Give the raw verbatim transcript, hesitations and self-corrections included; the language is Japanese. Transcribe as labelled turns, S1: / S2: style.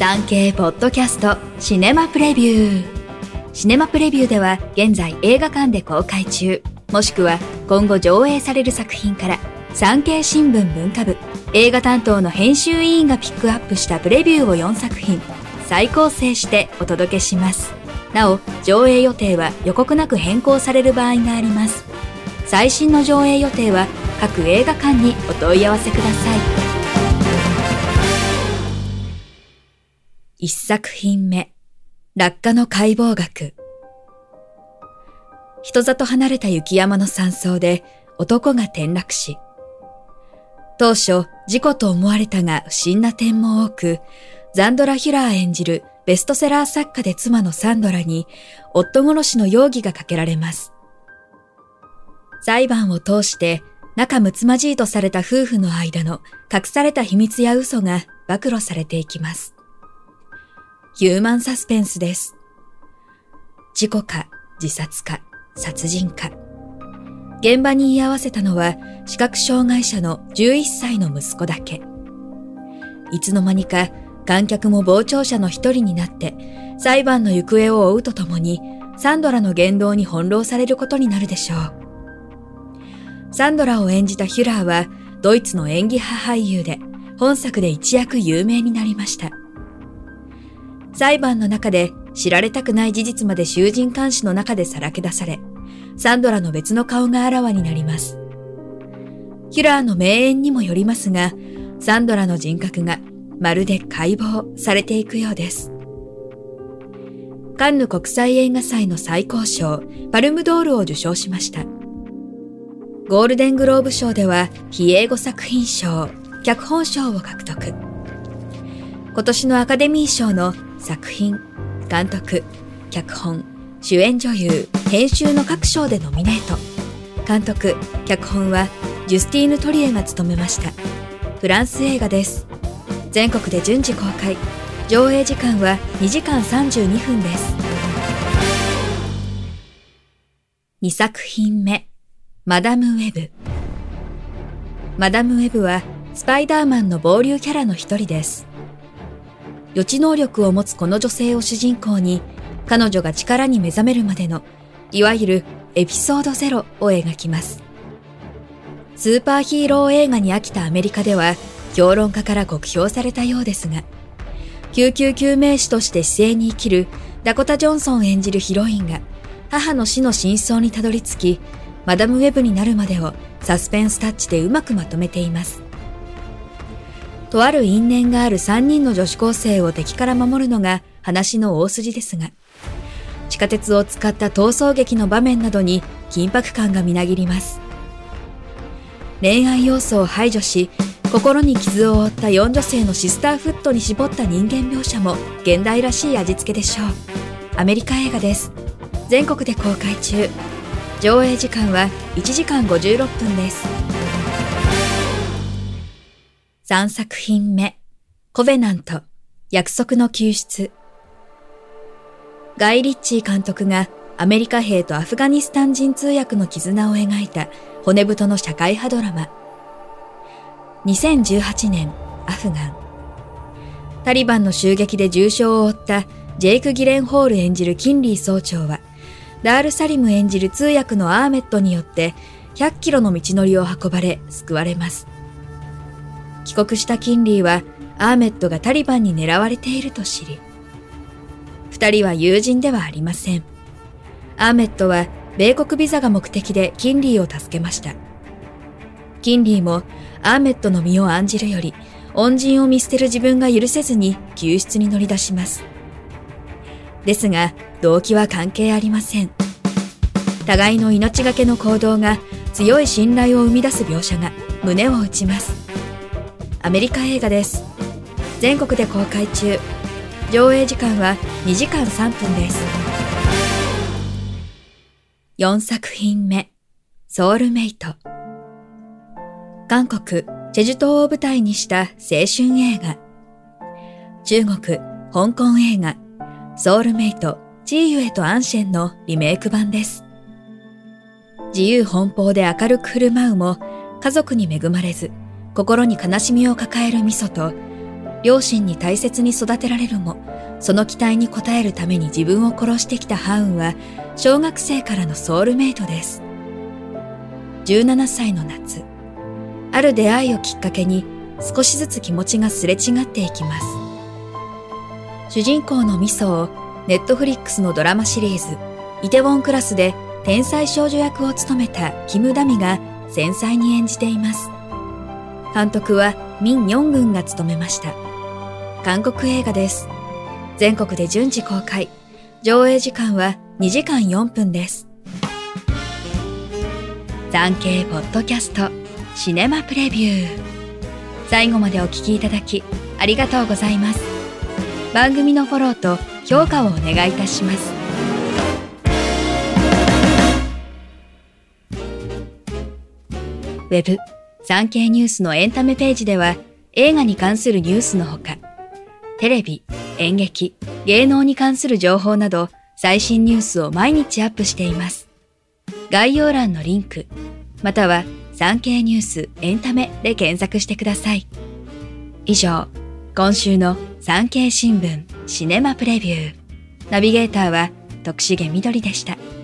S1: 産経ポッドキャストシネマプレビュー。シネマプレビューでは現在映画館で公開中、もしくは今後上映される作品から産経新聞文化部映画担当の編集委員がピックアップしたプレビューをよんさく品再構成してお届けします。なお、上映予定は予告なく変更される場合があります。最新の上映予定は各映画館にお問い合わせください。一作品目、落下の解剖学。人里離れた雪山の山荘で男が転落し、当初事故と思われたが不審な点も多く、ザンドラ・ヒュラー演じるベストセラー作家で妻のサンドラに夫殺しの容疑がかけられます。裁判を通して仲睦まじいとされた夫婦の間の隠された秘密や嘘が暴露されていきます。ヒューマンサスペンスです。事故か、自殺か、殺人か。現場に居合わせたのは視覚障害者のじゅういっさいの息子だけ。いつの間にか観客も傍聴者の一人になって裁判の行方を追うとともにサンドラの言動に翻弄されることになるでしょう。サンドラを演じたヒュラーはドイツの演技派俳優で本作で一躍有名になりました。裁判の中で知られたくない事実まで囚人監視の中でさらけ出され、サンドラの別の顔があらわになります。ヒュラーの名演にもよりますが、サンドラの人格がまるで解剖されていくようです。カンヌ国際映画祭の最高賞、パルムドールを受賞しました。ゴールデングローブ賞では非英語作品賞、脚本賞を獲得。今年のアカデミー賞の作品、監督、脚本、主演女優、編集の各賞でノミネート。監督、脚本はジュスティーヌ・トリエが務めました。フランス映画です。全国で順次公開。上映時間はにじかんさんじゅうにふんです。にさく品目、マダム・ウェブ。マダム・ウェブはスパイダーマンの傍流キャラの一人です。予知能力を持つこの女性を主人公に、彼女が力に目覚めるまでの、いわゆるエピソードゼロを描きます。スーパーヒーロー映画に飽きたアメリカでは、評論家から酷評されたようですが、救急救命士として市井に生きるダコタ・ジョンソン演じるヒロインが、母の死の真相にたどり着き、マダム・ウェブになるまでをサスペンスタッチでうまくまとめています。とある因縁があるさんにんの女子高生を敵から守るのが話の大筋ですが、地下鉄を使った逃走劇の場面などに緊迫感がみなぎります。恋愛要素を排除し、心に傷を負ったよん女性のシスターフットに絞った人間描写も現代らしい味付けでしょう。アメリカ映画です。全国で公開中。上映時間はいちじかんごじゅうろっぷんです。さんさく品目、コベナント、約束の救出。ガイ・リッチー監督がアメリカ兵とアフガニスタン人通訳の絆を描いた骨太の社会派ドラマ。にせんじゅうはちねん、アフガン。タリバンの襲撃で重傷を負ったジェイク・ギレンホール演じるキンリー総長は、ダール・サリム演じる通訳のアーメットによってひゃっキロの道のりを運ばれ救われます。帰国したキンリーはアーメットがタリバンに狙われていると知り、二人は友人ではありません。アーメットは米国ビザが目的でキンリーを助けました。キンリーもアーメットの身を案じるより恩人を見捨てる自分が許せずに救出に乗り出します。ですが動機は関係ありません。互いの命がけの行動が強い信頼を生み出す描写が胸を打ちます。アメリカ映画です。全国で公開中。上映時間はにじかんさんぷんです。よんさく品目、ソウルメイト。韓国、チェジュ島を舞台にした青春映画。中国、香港映画、ソウルメイト、チーユエとアンシェンのリメイク版です。自由奔放で明るく振る舞うも、家族に恵まれず、心に悲しみを抱えるミソと、 両親に大切に育てられるも、その期待に応えるために自分を殺してきたハウンは、小学生からのソウルメイトです。じゅうななさいの夏、ある出会いをきっかけに少しずつ気持ちがすれ違っていきます。主人公のミソをネットフリックスのドラマシリーズイテウォンクラスで天才少女役を務めたキム・ダミが繊細に演じています。監督はミン・ヨングンが務めました。韓国映画です。全国で順次公開。上映時間はにじかんよんぷんです。産経ポッドキャストシネマプレビュー。最後までお聞きいただきありがとうございます。番組のフォローと評価をお願いいたします。ウェブ、産経ニュースのエンタメページでは映画に関するニュースのほか、テレビ、演劇、芸能に関する情報など最新ニュースを毎日アップしています。概要欄のリンク、または産経ニュースエンタメで検索してください。以上、今週の産経新聞シネマプレビュー。ナビゲーターは徳重みどりでした。